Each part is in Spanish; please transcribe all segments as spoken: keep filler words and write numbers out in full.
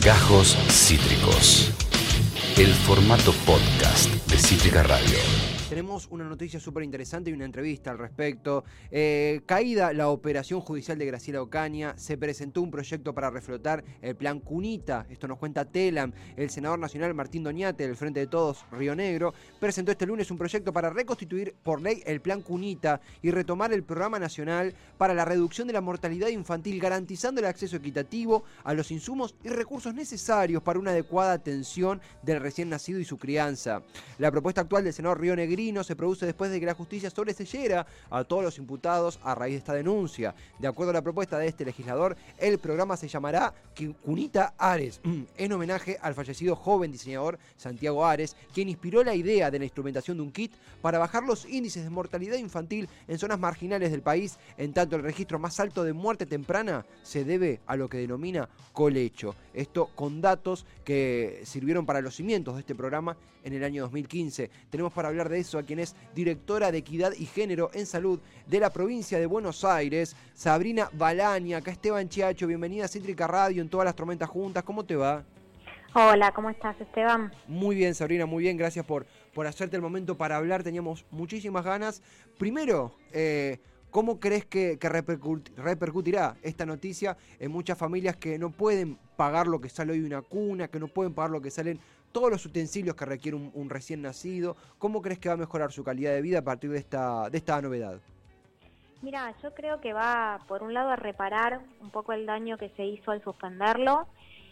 Gajos Cítricos, el formato podcast de Cítrica Radio. Tenemos una noticia súper interesante y una entrevista al respecto. Eh, caída la operación judicial de Graciela Ocaña, se presentó un proyecto para reflotar el plan Cunita. Esto nos cuenta Telam. El senador nacional Martín Doñate, del Frente de Todos, Río Negro, presentó este lunes un proyecto para reconstituir por ley el plan Cunita y retomar el programa nacional para la reducción de la mortalidad infantil, garantizando el acceso equitativo a los insumos y recursos necesarios para una adecuada atención del recién nacido y su crianza. La propuesta actual del senador Río Negro se produce después de que la justicia sobreseyera a todos los imputados a raíz de esta denuncia. De acuerdo a la propuesta de este legislador, el programa se llamará Cunita Ares, en homenaje al fallecido joven diseñador Santiago Ares, quien inspiró la idea de la instrumentación de un kit para bajar los índices de mortalidad infantil en zonas marginales del país, en tanto el registro más alto de muerte temprana se debe a lo que denomina colecho. Esto con datos que sirvieron para los cimientos de este programa en el año dos mil quince. Tenemos para hablar de eso a quien es directora de Equidad y Género en Salud de la provincia de Buenos Aires, Sabrina Balaña. Acá Esteban Chiacho, bienvenida a Cítrica Radio en todas las tormentas juntas. ¿Cómo te va? Hola, ¿cómo estás, Esteban? Muy bien, Sabrina, muy bien. Gracias por, por hacerte el momento para hablar. Teníamos muchísimas ganas. Primero, eh, ¿cómo crees que, que repercut, repercutirá esta noticia en muchas familias que no pueden pagar lo que sale hoy una cuna, que no pueden pagar lo que salen todos los utensilios que requiere un, un recién nacido? ¿Cómo crees que va a mejorar su calidad de vida a partir de esta, de esta novedad? Mira, yo creo que va, por un lado, a reparar un poco el daño que se hizo al suspenderlo,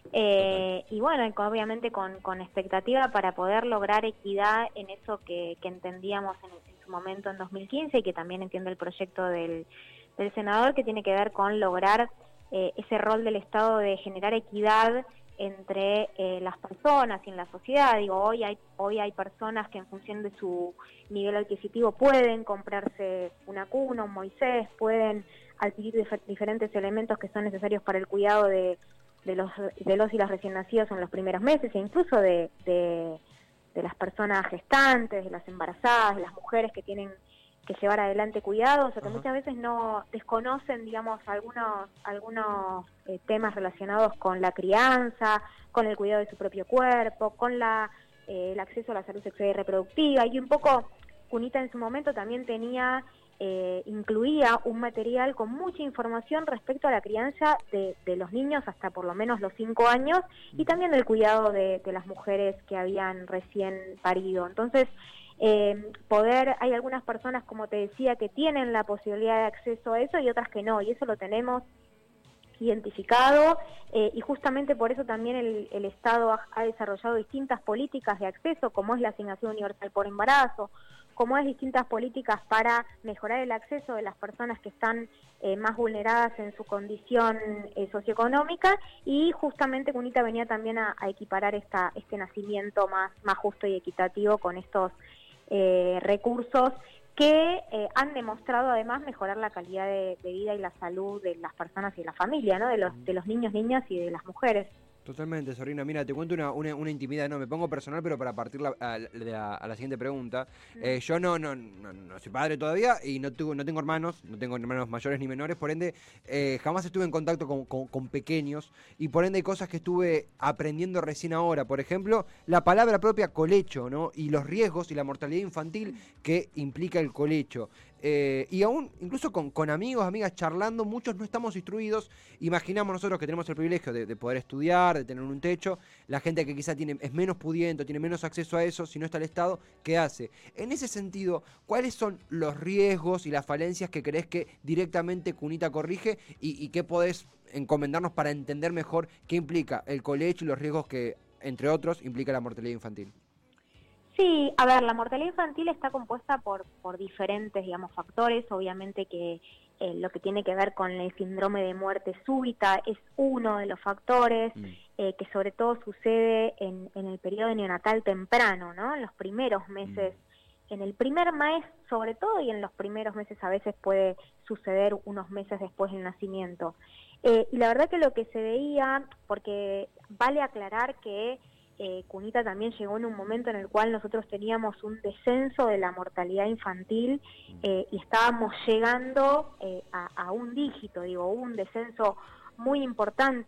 eh, y bueno, obviamente con, con expectativa para poder lograr equidad en eso que, que entendíamos en, en su momento en dos mil quince y que también entiende el proyecto del, del senador, que tiene que ver con lograr eh, ese rol del Estado de generar equidad entre eh, las personas y en la sociedad. Digo, hoy hay hoy hay personas que en función de su nivel adquisitivo pueden comprarse una cuna, un Moisés, pueden adquirir dif- diferentes elementos que son necesarios para el cuidado de, de los de los y las recién nacidos en los primeros meses, e incluso de, de, de las personas gestantes, de las embarazadas, de las mujeres que tienen que llevar adelante cuidados, o que Ajá. muchas veces no desconocen, digamos, algunos algunos eh, temas relacionados con la crianza, con el cuidado de su propio cuerpo, con la eh, el acceso a la salud sexual y reproductiva. Y un poco Cunita en su momento también tenía, eh, incluía un material con mucha información respecto a la crianza de, de los niños hasta por lo menos los cinco años, y también del cuidado de, de las mujeres que habían recién parido. Entonces, Eh, poder, hay algunas personas, como te decía, que tienen la posibilidad de acceso a eso y otras que no, y eso lo tenemos identificado, eh, y justamente por eso también el, el Estado ha, ha desarrollado distintas políticas de acceso, como es la asignación universal por embarazo, como es distintas políticas para mejorar el acceso de las personas que están eh, más vulneradas en su condición eh, socioeconómica, y justamente Cunita venía también a, a equiparar esta, este nacimiento más, más justo y equitativo con estos Eh, recursos que eh, han demostrado además mejorar la calidad de, de vida y la salud de las personas y de la familia, ¿no? De los, de los niños, niñas y de las mujeres. Totalmente, Sabrina. Mira, te cuento una, una, una intimidad, no, me pongo personal, pero para partir la, a, la, a la siguiente pregunta. Eh, yo no, no, no, no soy padre todavía y no, tuve, no tengo hermanos, no tengo hermanos mayores ni menores, por ende, eh, jamás estuve en contacto con, con, con pequeños, y por ende hay cosas que estuve aprendiendo recién ahora. Por ejemplo, la palabra propia colecho, ¿no? Y los riesgos y la mortalidad infantil que implica el colecho. Eh, y aún, incluso con, con amigos, amigas charlando, muchos no estamos instruidos. Imaginamos nosotros que tenemos el privilegio de, de poder estudiar, de tener un techo. La gente que quizá tiene, es menos pudiente, tiene menos acceso a eso, si no está el Estado, ¿qué hace? En ese sentido, ¿cuáles son los riesgos y las falencias que crees que directamente Cunita corrige, y, y qué podés encomendarnos para entender mejor qué implica el colecho y los riesgos que, entre otros, implica la mortalidad infantil? Sí, a ver, la mortalidad infantil está compuesta por, por diferentes, digamos, factores. Obviamente que eh, lo que tiene que ver con el síndrome de muerte súbita es uno de los factores, mm. eh, que sobre todo sucede en, en el periodo neonatal temprano, ¿no? En los primeros meses, mm. en el primer mes sobre todo, y en los primeros meses a veces puede suceder unos meses después del nacimiento. Eh, y la verdad que lo que se veía, porque vale aclarar que Eh, Cunita también llegó en un momento en el cual nosotros teníamos un descenso de la mortalidad infantil, eh, y estábamos llegando eh, a, a un dígito, digo, un descenso muy importante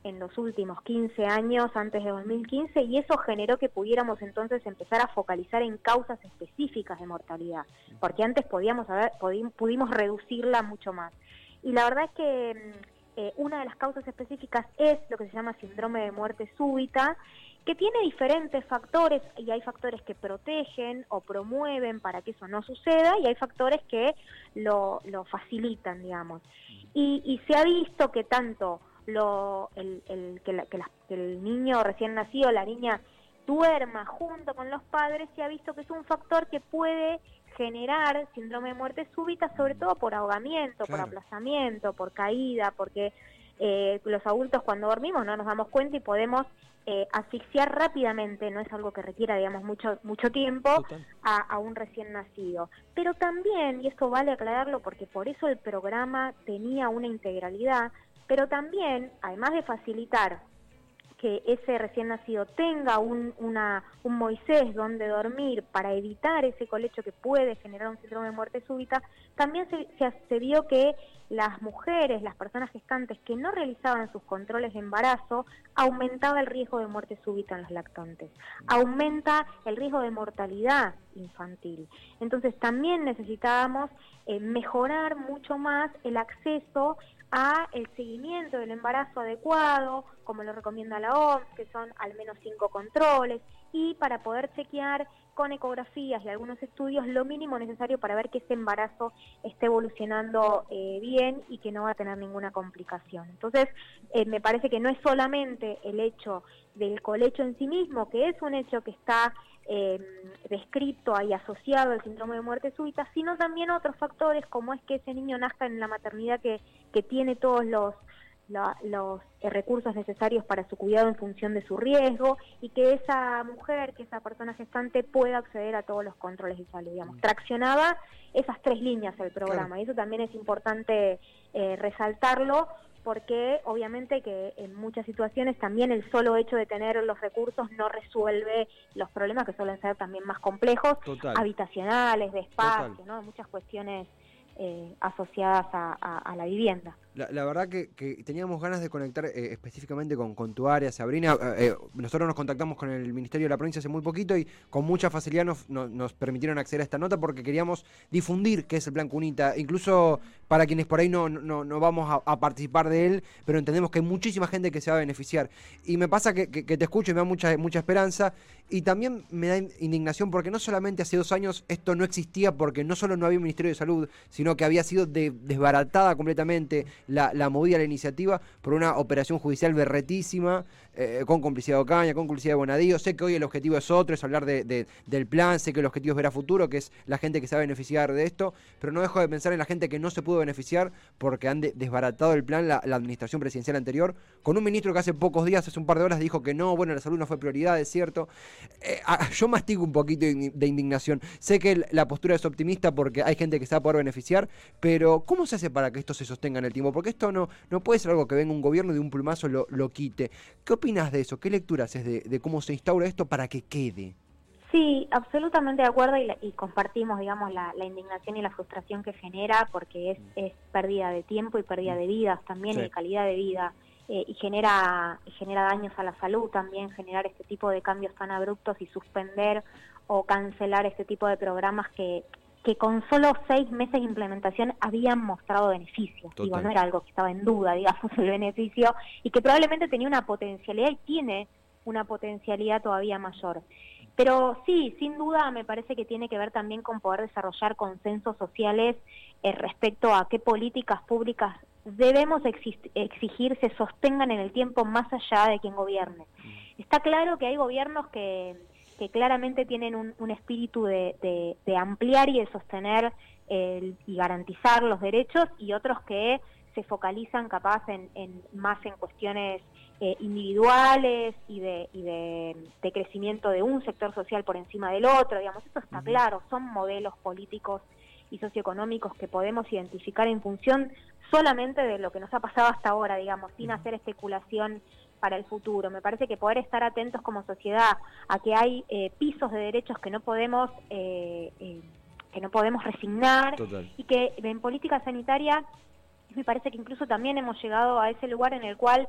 en los últimos quince años, antes de dos mil quince, y eso generó que pudiéramos entonces empezar a focalizar en causas específicas de mortalidad, porque antes podíamos haber, pudimos reducirla mucho más. Y la verdad es que eh, una de las causas específicas es lo que se llama síndrome de muerte súbita, que tiene diferentes factores, y hay factores que protegen o promueven para que eso no suceda, y hay factores que lo, lo facilitan, digamos. Y, y se ha visto que tanto lo, el, el, que, la, que, la, que el niño recién nacido, la niña, duerma junto con los padres, se ha visto que es un factor que puede generar síndrome de muerte súbita, sobre todo por ahogamiento, claro, por aplazamiento, por caída, porque eh, los adultos cuando dormimos no nos damos cuenta y podemos eh, asfixiar rápidamente, no es algo que requiera, digamos, mucho mucho tiempo a, a un recién nacido. Pero también, y esto vale aclararlo porque por eso el programa tenía una integralidad, pero también, además de facilitar que ese recién nacido tenga un, una, un Moisés donde dormir para evitar ese colecho que puede generar un síndrome de muerte súbita, también se, se, se vio que las mujeres, las personas gestantes que no realizaban sus controles de embarazo, aumentaba el riesgo de muerte súbita en los lactantes, aumenta el riesgo de mortalidad infantil. Entonces también necesitábamos eh, mejorar mucho más el acceso a el seguimiento del embarazo adecuado, como lo recomienda la O M S, que son al menos cinco controles, y para poder chequear con ecografías y algunos estudios lo mínimo necesario para ver que ese embarazo esté evolucionando eh, bien y que no va a tener ninguna complicación. Entonces, eh, me parece que no es solamente el hecho del colecho en sí mismo, que es un hecho que está eh, descrito y asociado al síndrome de muerte súbita, sino también otros factores, como es que ese niño nazca en la maternidad que, que tiene todos los La, los eh, recursos necesarios para su cuidado en función de su riesgo, y que esa mujer, que esa persona gestante pueda acceder a todos los controles de salud, digamos. Traccionaba esas tres líneas el programa, claro, y eso también es importante eh, resaltarlo, porque obviamente que en muchas situaciones también el solo hecho de tener los recursos no resuelve los problemas que suelen ser también más complejos, total, habitacionales, de espacio, ¿no? Muchas cuestiones eh, asociadas a, a, a la vivienda. La, la verdad que, que teníamos ganas de conectar eh, específicamente con, con tu área, Sabrina. Eh, nosotros nos contactamos con el Ministerio de la Provincia hace muy poquito y con mucha facilidad nos, nos, nos permitieron acceder a esta nota porque queríamos difundir qué es el Plan Cunita, incluso para quienes por ahí no, no, no vamos a, a participar de él, pero entendemos que hay muchísima gente que se va a beneficiar. Y me pasa que, que, que te escucho y me da mucha, mucha esperanza, y también me da indignación porque no solamente hace dos años esto no existía, porque no solo no había un Ministerio de Salud, sino que había sido de, desbaratada completamente La, la movida, la iniciativa, por una operación judicial berretísima, eh, con complicidad de Ocaña, con complicidad de Bonadío. Sé que hoy el objetivo es otro, es hablar de, de, del plan, sé que el objetivo es ver a futuro, que es la gente que se va a beneficiar de esto, pero no dejo de pensar en la gente que no se pudo beneficiar porque han de, desbaratado el plan la, la administración presidencial anterior, con un ministro que hace pocos días, hace un par de horas, dijo que no, bueno, la salud no fue prioridad, es cierto. Eh, a, yo mastigo un poquito de indignación. Sé que el, la postura es optimista porque hay gente que se va a poder beneficiar, pero ¿cómo se hace para que esto se sostenga en el tiempo? Porque esto no, no puede ser algo que venga un gobierno y de un plumazo lo, lo quite. ¿Qué opinas de eso? ¿Qué lectura haces de, de cómo se instaura esto para que quede? Sí, absolutamente de acuerdo, y, la, y compartimos, digamos, la, la indignación y la frustración que genera, porque es, es pérdida de tiempo y pérdida de vidas también, sí, y de calidad de vida, eh, y genera, y genera daños a la salud también, generar este tipo de cambios tan abruptos y suspender o cancelar este tipo de programas que que con solo seis meses de implementación habían mostrado beneficios. Total. Digo, no era algo que estaba en duda, digamos, el beneficio, y que probablemente tenía una potencialidad y tiene una potencialidad todavía mayor. Pero sí, sin duda me parece que tiene que ver también con poder desarrollar consensos sociales eh, respecto a qué políticas públicas debemos exigir se sostengan en el tiempo más allá de quien gobierne. Está claro que hay gobiernos que... que claramente tienen un, un espíritu de, de, de ampliar y de sostener el, y garantizar los derechos, y otros que se focalizan capaz en, en más en cuestiones eh, individuales y, de, y de, de crecimiento de un sector social por encima del otro, digamos, eso está claro, son modelos políticos y socioeconómicos que podemos identificar en función solamente de lo que nos ha pasado hasta ahora, digamos, sin hacer especulación para el futuro. Me parece que poder estar atentos como sociedad a que hay eh, pisos de derechos que no podemos eh, eh, que no podemos resignar. Total. Y que en política sanitaria me parece que incluso también hemos llegado a ese lugar en el cual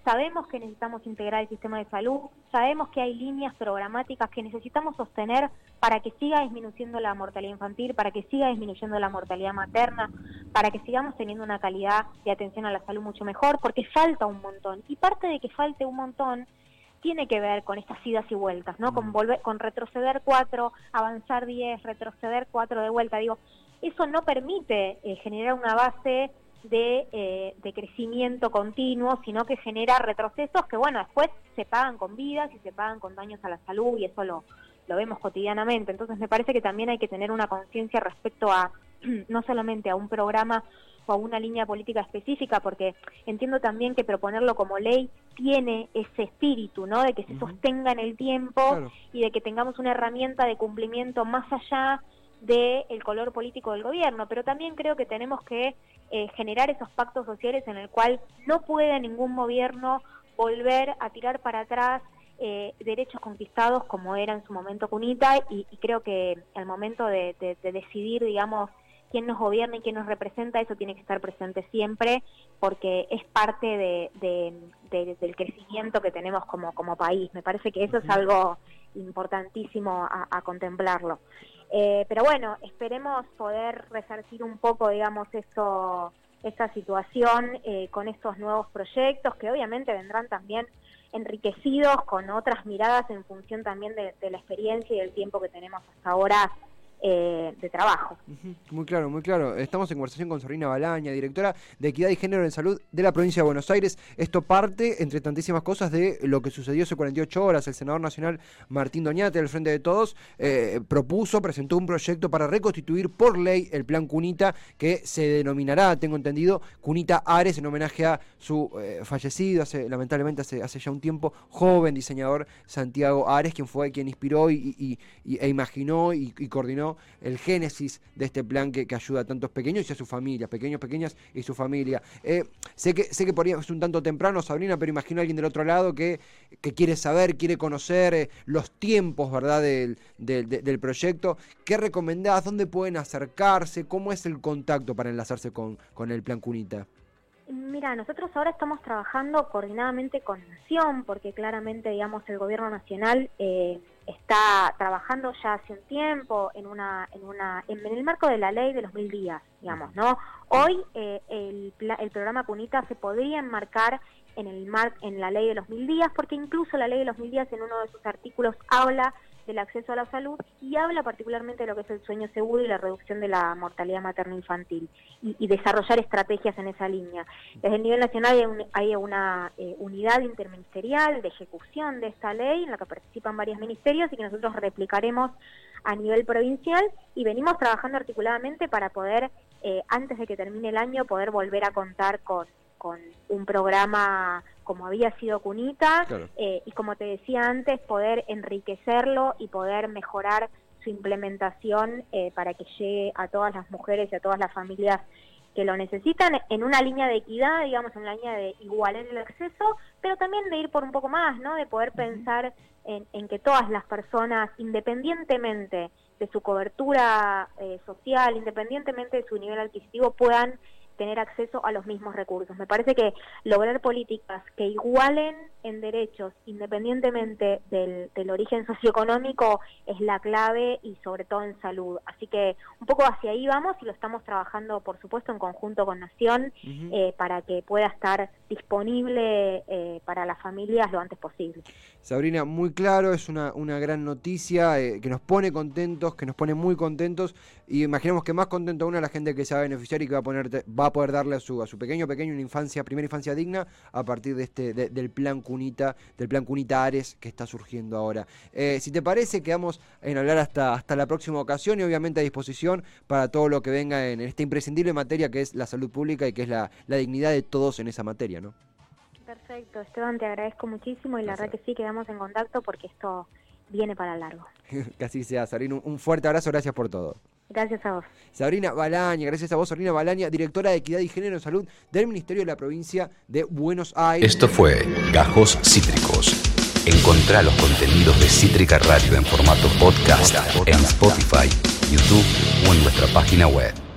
sabemos que necesitamos integrar el sistema de salud, sabemos que hay líneas programáticas que necesitamos sostener para que siga disminuyendo la mortalidad infantil, para que siga disminuyendo la mortalidad materna, para que sigamos teniendo una calidad de atención a la salud mucho mejor, porque falta un montón. Y parte de que falte un montón tiene que ver con estas idas y vueltas, ¿no? Con volver, con retroceder cuatro, avanzar diez, retroceder cuatro de vuelta. Digo, eso no permite eh, generar una base de, eh, de crecimiento continuo, sino que genera retrocesos que, bueno, después se pagan con vidas y se pagan con daños a la salud, y eso lo, lo vemos cotidianamente. Entonces me parece que también hay que tener una conciencia respecto a, no solamente a un programa o a una línea política específica, porque entiendo también que proponerlo como ley tiene ese espíritu, ¿no? De que se sostenga en el tiempo, claro, y de que tengamos una herramienta de cumplimiento más allá del color político del gobierno, pero también creo que tenemos que eh, generar esos pactos sociales en el cual no puede ningún gobierno volver a tirar para atrás eh, derechos conquistados como era en su momento Cunita, y, y creo que al momento de, de, de decidir, digamos, quién nos gobierna y quién nos representa, eso tiene que estar presente siempre, porque es parte de, de, de, del crecimiento que tenemos como, como país. Me parece que eso es algo importantísimo a, a contemplarlo. Eh, pero bueno, esperemos poder resarcir un poco, digamos, eso, esta situación eh, con estos nuevos proyectos, que obviamente vendrán también enriquecidos con otras miradas en función también de, de la experiencia y del tiempo que tenemos hasta ahora Eh, de trabajo. Uh-huh. Muy claro, muy claro. Estamos en conversación con Sabrina Balaña, directora de Equidad y Género en Salud de la provincia de Buenos Aires. Esto parte, entre tantísimas cosas, de lo que sucedió hace cuarenta y ocho horas. El senador nacional Martín Doñate, del Frente de Todos, eh, propuso, presentó un proyecto para reconstituir por ley el plan Cunita, que se denominará, tengo entendido, Cunita Ares, en homenaje a su eh, fallecido, hace, lamentablemente hace, hace ya un tiempo, joven diseñador Santiago Ares, quien fue quien inspiró y, y, y, e imaginó y, y coordinó el génesis de este plan que, que ayuda a tantos pequeños y a sus familias, pequeños, pequeñas y su familia. Eh, sé que sé que por ahí es un tanto temprano, Sabrina, pero imagino a alguien del otro lado que, que quiere saber, quiere conocer eh, los tiempos, ¿verdad?, del, del, del proyecto. ¿Qué recomendás? ¿Dónde pueden acercarse? ¿Cómo es el contacto para enlazarse con, con el plan Cunita? Mira, nosotros ahora estamos trabajando coordinadamente con Nación, porque claramente, digamos, el gobierno nacional eh, está trabajando ya hace un tiempo en una, en una, en, en el marco de la ley de los mil días, digamos, ¿no? Hoy eh, el, el programa Cunita se podría enmarcar en el mar, en la ley de los mil días, porque incluso la ley de los mil días en uno de sus artículos habla del acceso a la salud y habla particularmente de lo que es el sueño seguro y la reducción de la mortalidad materno-infantil y, y desarrollar estrategias en esa línea. Desde el nivel nacional hay, un, hay una eh, unidad interministerial de ejecución de esta ley en la que participan varios ministerios y que nosotros replicaremos a nivel provincial, y venimos trabajando articuladamente para poder, eh, antes de que termine el año, poder volver a contar con con un programa como había sido Cunita, claro. eh, y como te decía antes, poder enriquecerlo y poder mejorar su implementación eh, para que llegue a todas las mujeres y a todas las familias que lo necesitan, en una línea de equidad, digamos, en una línea de igualar el acceso, pero también de ir por un poco más, ¿no? De poder pensar en, en que todas las personas, independientemente de su cobertura eh, social, independientemente de su nivel adquisitivo, puedan tener acceso a los mismos recursos. Me parece que lograr políticas que igualen en derechos, independientemente del, del origen socioeconómico, es la clave, y sobre todo en salud. Así que un poco hacia ahí vamos, y lo estamos trabajando, por supuesto, en conjunto con Nación, uh-huh. eh, para que pueda estar disponible eh, para las familias lo antes posible. Sabrina, muy claro, es una, una gran noticia eh, que nos pone contentos, que nos pone muy contentos, y imaginemos que más contento aún a la gente que se va a beneficiar y que va a, poner, va a poder darle a su, a su pequeño pequeño una infancia, primera infancia digna, a partir de este de, del plan Cunita, del plan Cunita Ares que está surgiendo ahora. Eh, si te parece, quedamos en hablar hasta, hasta la próxima ocasión, y obviamente a disposición para todo lo que venga en esta imprescindible materia que es la salud pública y que es la, la dignidad de todos en esa materia, ¿no? Perfecto, Esteban, te agradezco muchísimo, y la verdad que sí, quedamos en contacto porque esto viene para largo. Que así sea, Sabrina, un fuerte abrazo, gracias por todo. Gracias a vos. Sabrina Balaña, gracias a vos, Sabrina Balaña, directora de Equidad y Género en Salud del Ministerio de la Provincia de Buenos Aires. Esto fue Gajos Cítricos. Encontrá los contenidos de Cítrica Radio en formato podcast en Spotify, YouTube o en nuestra página web.